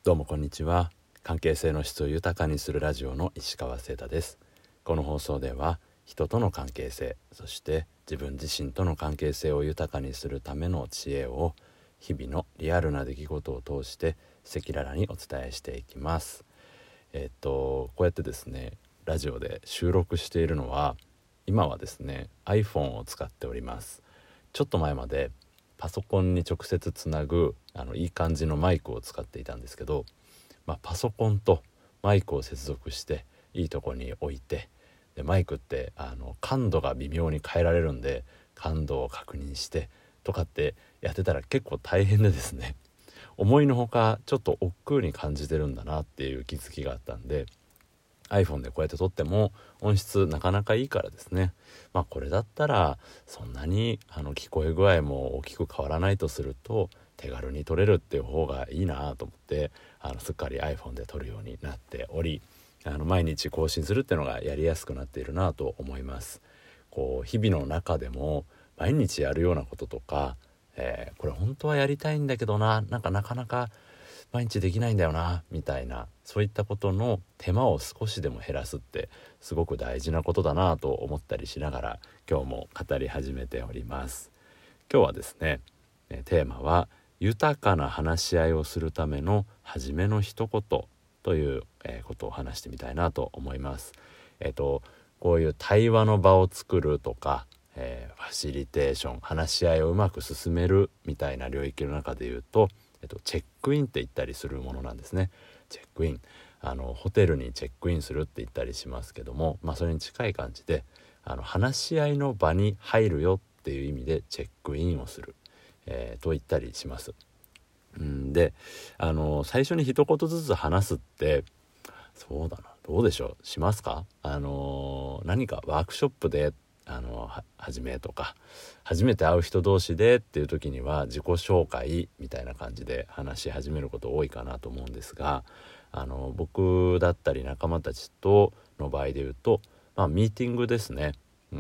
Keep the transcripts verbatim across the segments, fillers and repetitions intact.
どうもこんにちは。関係性の質を豊かにするラジオの石川聖太です。この放送では人との関係性、そして自分自身との関係性を豊かにするための知恵を日々のリアルな出来事を通して赤裸々にお伝えしていきます。えっとこうやってですねラジオで収録しているのは今はですね iPhone を使っております。ちょっと前までパソコンに直接つなぐあのいい感じのマイクを使っていたんですけど、まあ、パソコンとマイクを接続していいとこに置いて、でマイクってあの感度が微妙に変えられるんで感度を確認してとかってやってたら結構大変でですね、思いのほかちょっと億劫に感じてるんだなっていう気づきがあったんで、 iPhone でこうやって撮っても音質なかなかいいからですね、まあこれだったらそんなにあの聞こえ具合も大きく変わらないとすると手軽に撮れるっていう方がいいなと思ってあのすっかり iPhone で撮るようになっており、あの毎日更新するっていうのがやりやすくなっているなと思います。こう日々の中でも毎日やるようなこととか、えー、これ本当はやりたいんだけどな、なんかなかなか毎日できないんだよなみたいな、そういったことの手間を少しでも減らすってすごく大事なことだなと思ったりしながら今日も語り始めております。今日はですねテーマは豊かな話し合いをするための初めの一言ということを話してみたいなと思います。えっとこういう対話の場を作るとか、えー、ファシリテーション、話し合いをうまく進めるみたいな領域の中で言うと、えっと、チェックインって言ったりするものなんですね。チェックイン、あのホテルにチェックインするって言ったりしますけども、まあ、それに近い感じであの話し合いの場に入るよっていう意味でチェックインをする、えー、と言ったりします。うんであの最初に一言ずつ話すってそうだな、どうでしょう、しますか？あの何かワークショップであのは始めとか初めて会う人同士でっていう時には自己紹介みたいな感じで話し始めること多いかなと思うんですが、あの僕だったり仲間たちとの場合で言うと、まあ、ミーティングですね。うん、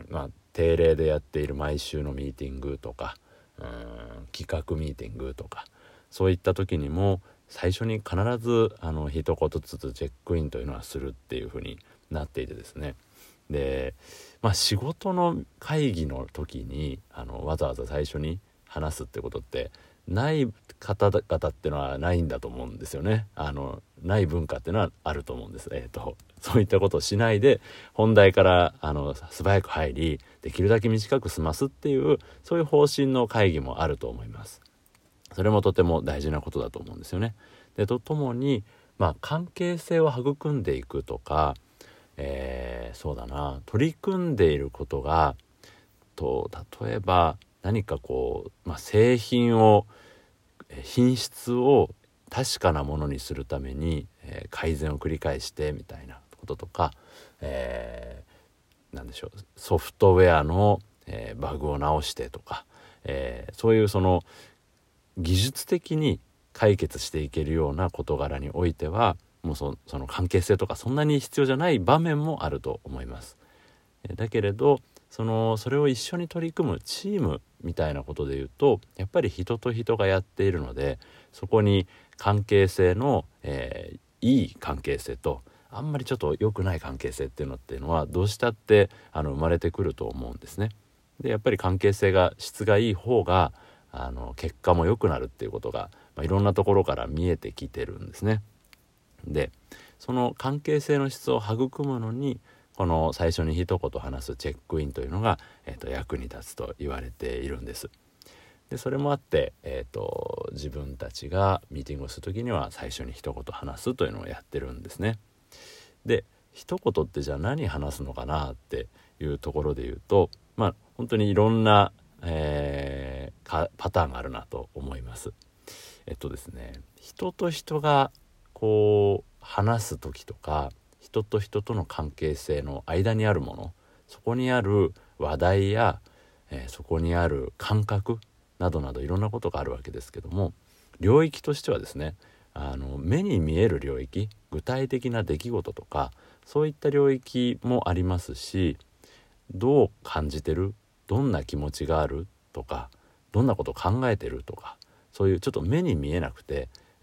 まあ、定例でやっている毎週のミーティングとか、うん企画ミーティングとか、そういった時にも最初に必ずあの一言ずつチェックインというのはするっていう風になっていてですね、で、まあ、仕事の会議の時にあのわざわざ最初に話すってことってない方々ってのはないんだと思うんですよね。あのない文化ってのはあると思うんです。えーと、そういったことをしないで本題からあの素早く入りできるだけ短く済ますっていうそういう方針の会議もあると思います。それもとても大事なことだと思うんですよね。でとともに、まあ、関係性を育んでいくとか、えー、そうだな取り組んでいることがと例えば何かこう、まあ、製品を品質を確かなものにするために、えー、改善を繰り返してみたいなこととか、えー、なんでしょうソフトウェアの、えー、バグを直してとか、えー、そういうその技術的に解決していけるような事柄においてはもう そ, その関係性とかそんなに必要じゃない場面もあると思います。だけれどそのそれを一緒に取り組むチームみたいなことで言うとやっぱり人と人がやっているので、そこに関係性の、えー、いい関係性とあんまりちょっと良くない関係性っていうのっていうのはどうしたってあの生まれてくると思うんですね。でやっぱり関係性が質がいい方があの結果も良くなるっていうことが、まあ、いろんなところから見えてきてるんですね。でその関係性の質を育むのにこの最初に一言話すチェックインというのが、えー、と役に立つと言われているんです。でそれもあって、えー、と自分たちがミーティングをするときには最初に一言話すというのをやってるんですね。で一言ってじゃあ何話すのかなっていうところで言うと、まあ本当にいろんな、えー、かパターンがあるなと思います。えっとですね人と人がこう話す時とか人と人との関係性の間にあるもの、そこにある話題や、えー、そこにある感覚などなどいろんなことがあるわけですけども、領域としてはですねあの目に見える領域、具体的な出来事とかそういった領域もありますし、どう感じてる、どんな気持ちがあるとかどんなことを考えてるとか、そういうちょっと目に見えなくて、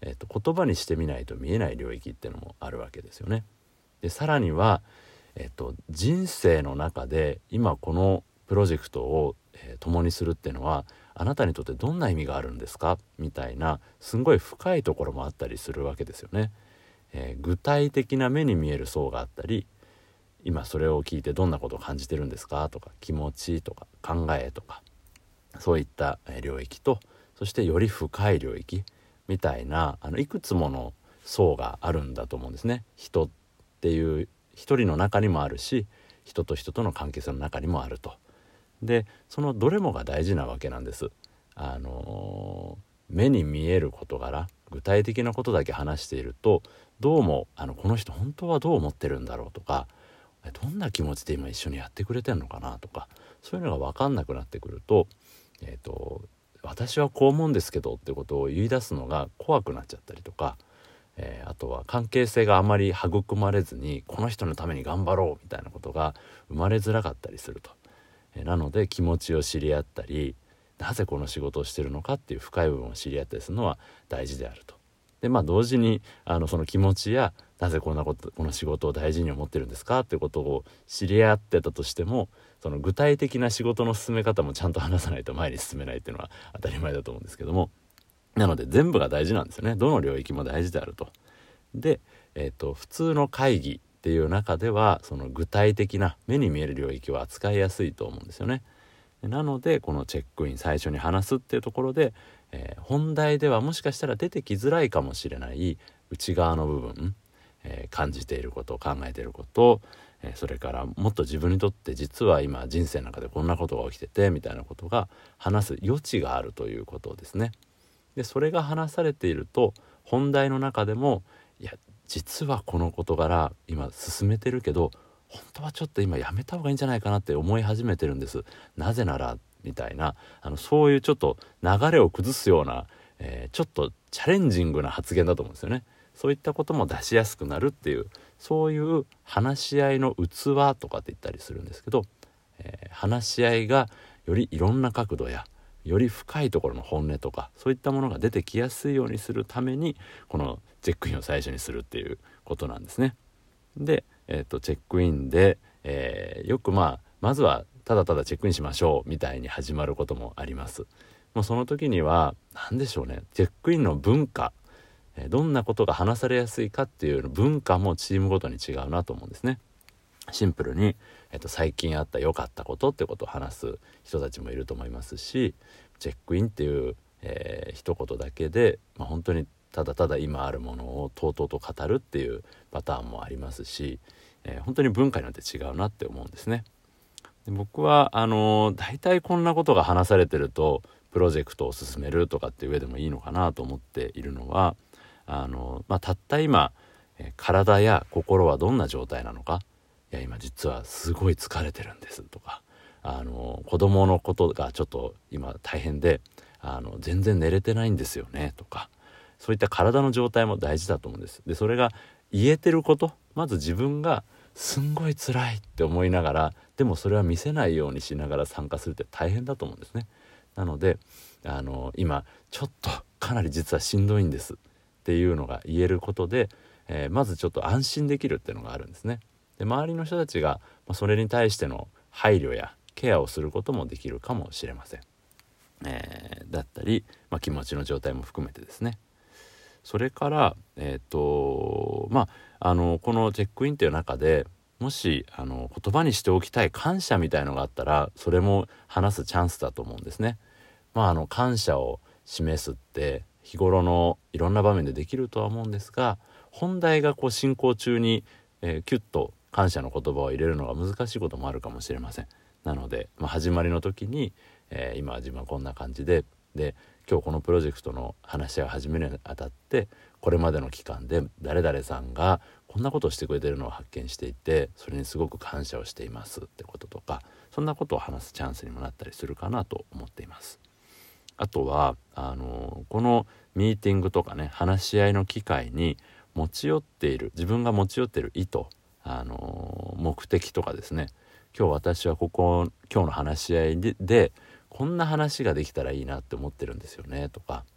えーと、言葉にしてみないと見えない領域っていうのもあるわけですよね。でさらには、えーと、人生の中で今このプロジェクトを、えー、共にするっていうのはあなたにとってどんな意味があるんですかみたいなすんごい深いところもあったりするわけですよね。えー、具体的な目に見える層があったり、今それを聞いてどんなことを感じてるんですかとか、気持ちとか考えとか、そういった領域と、そしてより深い領域みたいな、あのいくつもの層があるんだと思うんですね。人っていう一人の中にもあるし、人と人との関係性の中にもあると。でそのどれもが大事なわけなんです。あのー、目に見える事柄、具体的なことだけ話していると、どうもあのこの人本当はどう思ってるんだろうとか、どんな気持ちで今一緒にやってくれてんのかなとか、そういうのが分かんなくなってくると、えーと、私はこう思うんですけどってことを言い出すのが怖くなっちゃったりとか、えー、あとは関係性があまり育まれずに、この人のために頑張ろうみたいなことが生まれづらかったりすると。えー、なので気持ちを知り合ったり、なぜこの仕事をしてるのかっていう深い部分を知り合ったりするのは大事であると。でまあ同時にあのその気持ちや、なぜこんなことこの仕事を大事に思ってるんですかっていうことを知り合ってたとしても、その具体的な仕事の進め方もちゃんと話さないと前に進めないっていうのは当たり前だと思うんですけども、なので全部が大事なんですよね。どの領域も大事であると。で、えーと、普通の会議っていう中ではその具体的な目に見える領域は扱いやすいと思うんですよね。なのでこのチェックイン、最初に話すっていうところで、えー、本題ではもしかしたら出てきづらいかもしれない内側の部分、えー、感じていること、考えていること、えー、それからもっと自分にとって実は今人生の中でこんなことが起きててみたいなことが話す余地があるということですね。でそれが話されていると、本題の中でも、いや実はこの事柄今進めてるけど、本当はちょっと今やめた方がいいんじゃないかなって思い始めてるんです。なぜならみたいな、あのそういうちょっと流れを崩すような、えー、ちょっとチャレンジングな発言だと思うんですよね。そういったことも出しやすくなるっていう、そういう話し合いの器とかって言ったりするんですけど、えー、話し合いがよりいろんな角度やより深いところの本音とか、そういったものが出てきやすいようにするためにこのチェックインを最初にするっていうことなんですね。で、えーと、チェックインで、えー、よくまあまずはただただチェックインしましょうみたいに始まることもあります。もうその時には何でしょうね、チェックインの文化、えー、どんなことが話されやすいかっていう文化もチームごとに違うなと思うんですね。シンプルに、えーと、最近あった良かったことってことを話す人たちもいると思いますし、チェックインっていう、えー、一言だけで、まあ、本当にただただ今あるものをとうとうと語るっていうパターンもありますし、えー、本当に文化によって違うなって思うんですね。で僕はあのー、大体こんなことが話されてるとプロジェクトを進めるとかっていう上でもいいのかなと思っているのは、あのーまあ、たった今、えー、体や心はどんな状態なのか、いや今実はすごい疲れてるんですとか、あのー、子供のことがちょっと今大変で、あの全然寝れてないんですよねとか、そういった体の状態も大事だと思うんです。でそれが言えてること、まず自分がすんごい辛いって思いながら、でもそれは見せないようにしながら参加するって大変だと思うんですね。なのであの今ちょっとかなり実はしんどいんですっていうのが言えることで、えー、まずちょっと安心できるっていうのがあるんですね。で周りの人たちが、まあ、それに対しての配慮やケアをすることもできるかもしれません。えー、だったり、まあ、気持ちの状態も含めてですね。それからえっとまああのこのチェックインという中で、もしあの言葉にしておきたい感謝みたいのがあったら、それも話すチャンスだと思うんですね。まああの感謝を示すって日頃のいろんな場面でできるとは思うんですが、本題がこう進行中に、えー、キュッと感謝の言葉を入れるのが難しいこともあるかもしれません。なので、まあ、始まりの時に、えー、今自分はこんな感じでで今日このプロジェクトの話し合いを始めるにあたって、これまでの期間で誰々さんがこんなことをしてくれているのを発見していて、それにすごく感謝をしていますってこととか、そんなことを話すチャンスにもなったりするかなと思っています。あとはあのこのミーティングとかね、話し合いの機会に持ち寄っている、自分が持ち寄っている意図、あの目的とかですね、今日私はここ今日の話し合いで、でこんな話ができたらいいなって思ってるんですよねとか、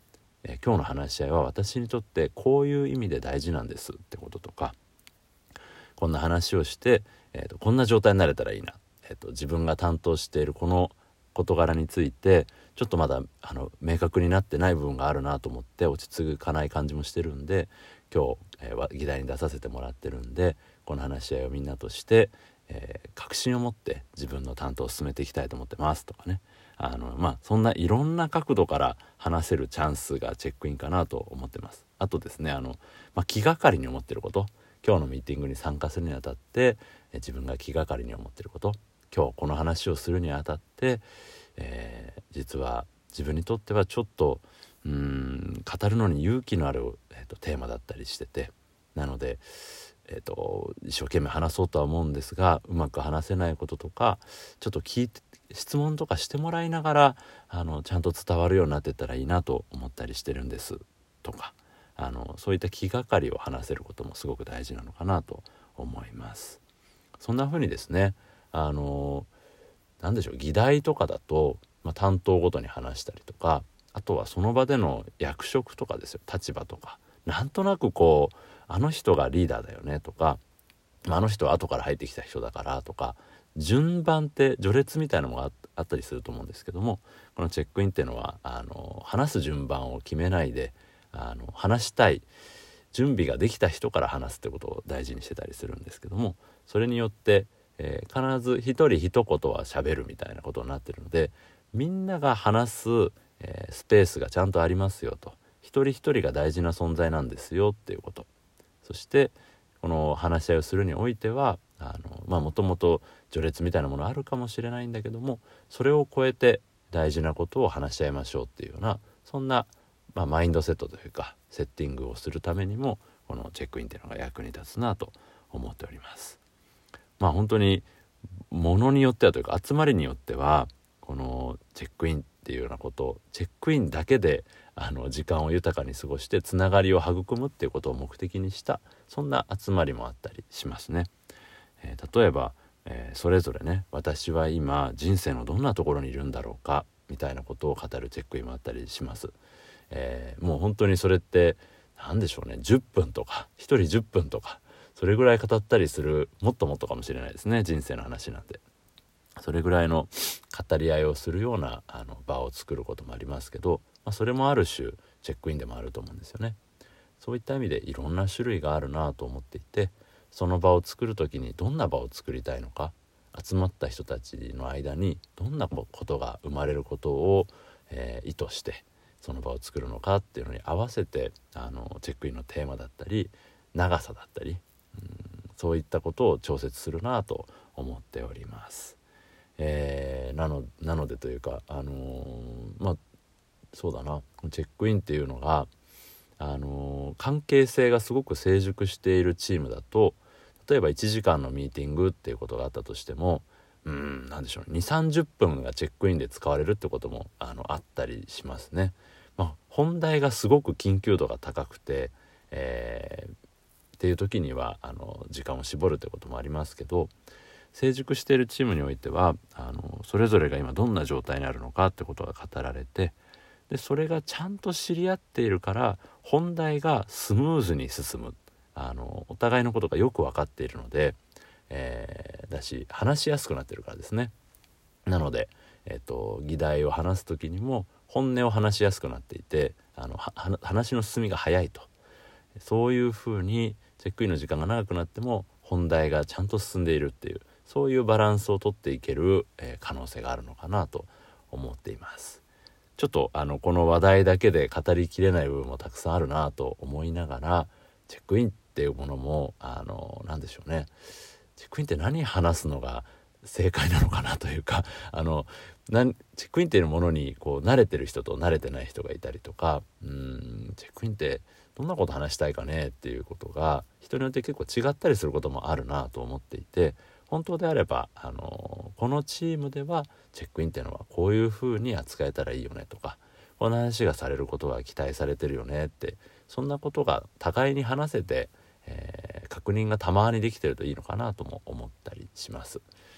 えー、今日の話し合いは私にとってこういう意味で大事なんですってこととか、こんな話をして、えーと、こんな状態になれたらいいな、えーと、自分が担当しているこの事柄についてちょっとまだあの明確になってない部分があるなと思って落ち着かない感じもしてるんで、今日、えー、議題に出させてもらってるんで、この話し合いをみんなとして、えー、確信を持って自分の担当を進めていきたいと思ってますとかね、あのまあそんないろんな角度から話せるチャンスがチェックインかなと思ってます。あとですね、あの、まあ、気がかりに思ってること、今日のミーティングに参加するにあたって、えー、自分が気がかりに思ってること、今日この話をするにあたって、えー、実は自分にとってはちょっとうーん語るのに勇気のある、えーと、テーマだったりしてて、なので、えーと、一生懸命話そうとは思うんですが、うまく話せないこととかちょっと聞いて質問とかしてもらいながらあのちゃんと伝わるようになってったらいいなと思ったりしてるんですとか、あのそういった気がかりを話せることもすごく大事なのかなと思います。そんな風にですね、あのなんでしょう、議題とかだと、まあ、担当ごとに話したりとか、あとはその場での役職とかですよ、立場とか、なんとなくこうあの人がリーダーだよねとか、あの人は後から入ってきた人だからとか、順番って序列みたいなのがあったりすると思うんですけども、このチェックインっていうのはあの話す順番を決めないで、あの話したい準備ができた人から話すってことを大事にしてたりするんですけども、それによって、えー、必ず一人一言は喋るみたいなことになってるので、みんなが話す、えー、スペースがちゃんとありますよと、一人一人が大事な存在なんですよっていうこと、そしてこの話し合いをするにおいてはあのまあもともと序列みたいなものあるかもしれないんだけども、それを超えて大事なことを話し合いましょうっていうような、そんな、まあ、マインドセットというかセッティングをするためにもこのチェックインっていうのが役に立つなと思っております。まあ本当にものによってはというか集まりによってはこのチェックインっていうようなこと、チェックインだけであの時間を豊かに過ごしてつながりを育むっていうことを目的にしたそんな集まりもあったりしますね。えー、例えば、えー、それぞれね、私は今人生のどんなところにいるんだろうかみたいなことを語るチェックインもあったりします。えー、もう本当にそれって何でしょうね、じゅっぷんとかひとりじゅっぷんとかそれぐらい語ったりする、もっともっとかもしれないですね、人生の話なんで。それぐらいの語り合いをするようなあの場を作ることもありますけど、まあ、それもある種チェックインでもあると思うんですよね。そういった意味でいろんな種類があるなと思っていて、その場を作るときにどんな場を作りたいのか、集まった人たちの間にどんなことが生まれることを、えー、意図してその場を作るのかっていうのに合わせてあのチェックインのテーマだったり長さだったり、うん、そういったことを調節するなと思っております。えー、なの、なのでというか、あのー、まあそうだな、チェックインっていうのが、あのー、関係性がすごく成熟しているチームだと、例えばいちじかんのミーティングっていうことがあったとしても、うーんなんでしょう、にじゅうさんじゅっぷんがチェックインで使われるってことも あのあったりしますね。まあ、本題がすごく緊急度が高くて、えー、っていう時にはあの時間を絞るってこともありますけど、成熟しているチームにおいてはあのそれぞれが今どんな状態にあるのかってことが語られて、でそれがちゃんと知り合っているから本題がスムーズに進む、あのお互いのことがよく分かっているので、えー、だし話しやすくなっているからですね。なので、えーと、議題を話す時にも本音を話しやすくなっていて、あの話の進みが早いと、そういうふうにチェックインの時間が長くなっても本題がちゃんと進んでいるっていう、そういうバランスをとっていける、えー、可能性があるのかなと思っています。ちょっとあのこの話題だけで語りきれない部分もたくさんあるなと思いながら、チェックインっていうものもあのなんでしょうね、チェックインって何話すのが正解なのかなというか、あのなんチェックインっていうものにこう慣れてる人と慣れてない人がいたりとか、うーんチェックインってどんなこと話したいかねっていうことが人によって結構違ったりすることもあるなと思っていて、本当であればあのこのチームではチェックインっていうのはこういう風に扱えたらいいよねとか、この話がされることが期待されてるよねって、そんなことが互いに話せて、えー、確認がたまにできてるといいのかなとも思ったりします。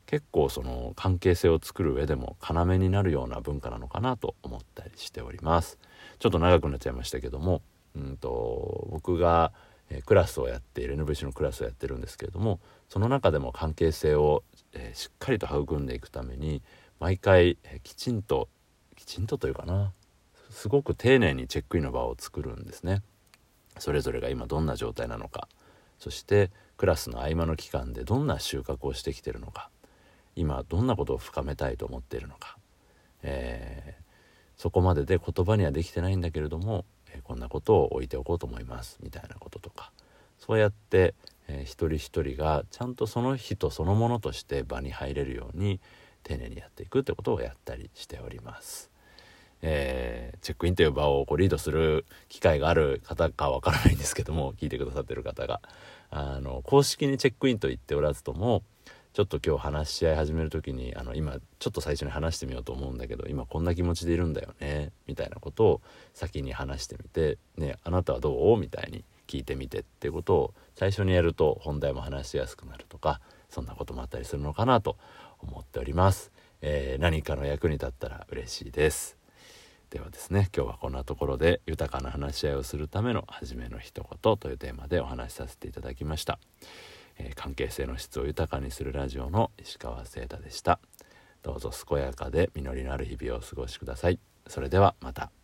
結構その関係性を作る上でも要になるような文化なのかなと思ったりしております。ちょっと長くなっちゃいましたけども、うんと僕が、えー、クラスをやっている エヌブイシー のクラスをやってるんですけれども、その中でも関係性を、えー、しっかりと育んでいくために毎回、えー、きちんときちんとというかなすごく丁寧にチェックインの場を作るんですね。それぞれが今どんな状態なのか、そしてクラスの合間の期間でどんな収穫をしてきているのか、今どんなことを深めたいと思っているのか、えー、そこまでで言葉にはできてないんだけれども、えー、こんなことを置いておこうと思いますみたいなこととか、そうやって、えー、一人一人がちゃんとその人そのものとして場に入れるように丁寧にやっていくってことをやったりしております。えー、チェックインという場をこうリードする機会がある方かわからないんですけども、聞いてくださってる方があの公式にチェックインと言っておらずとも、ちょっと今日話し合い始める時にあの今ちょっと最初に話してみようと思うんだけど、今こんな気持ちでいるんだよねみたいなことを先に話してみて、ね、あなたはどうみたいに聞いてみてっていうことを最初にやると本題も話しやすくなるとか、そんなこともあったりするのかなと思っております。えー、何かの役に立ったら嬉しいです。ではですね、今日はこんなところで豊かな話し合いをするための初めの一言というテーマでお話しさせていただきました。えー、関係性の質を豊かにするラジオの石川聖太でした。どうぞ健やかで実りのある日々をお過ごしください。それではまた。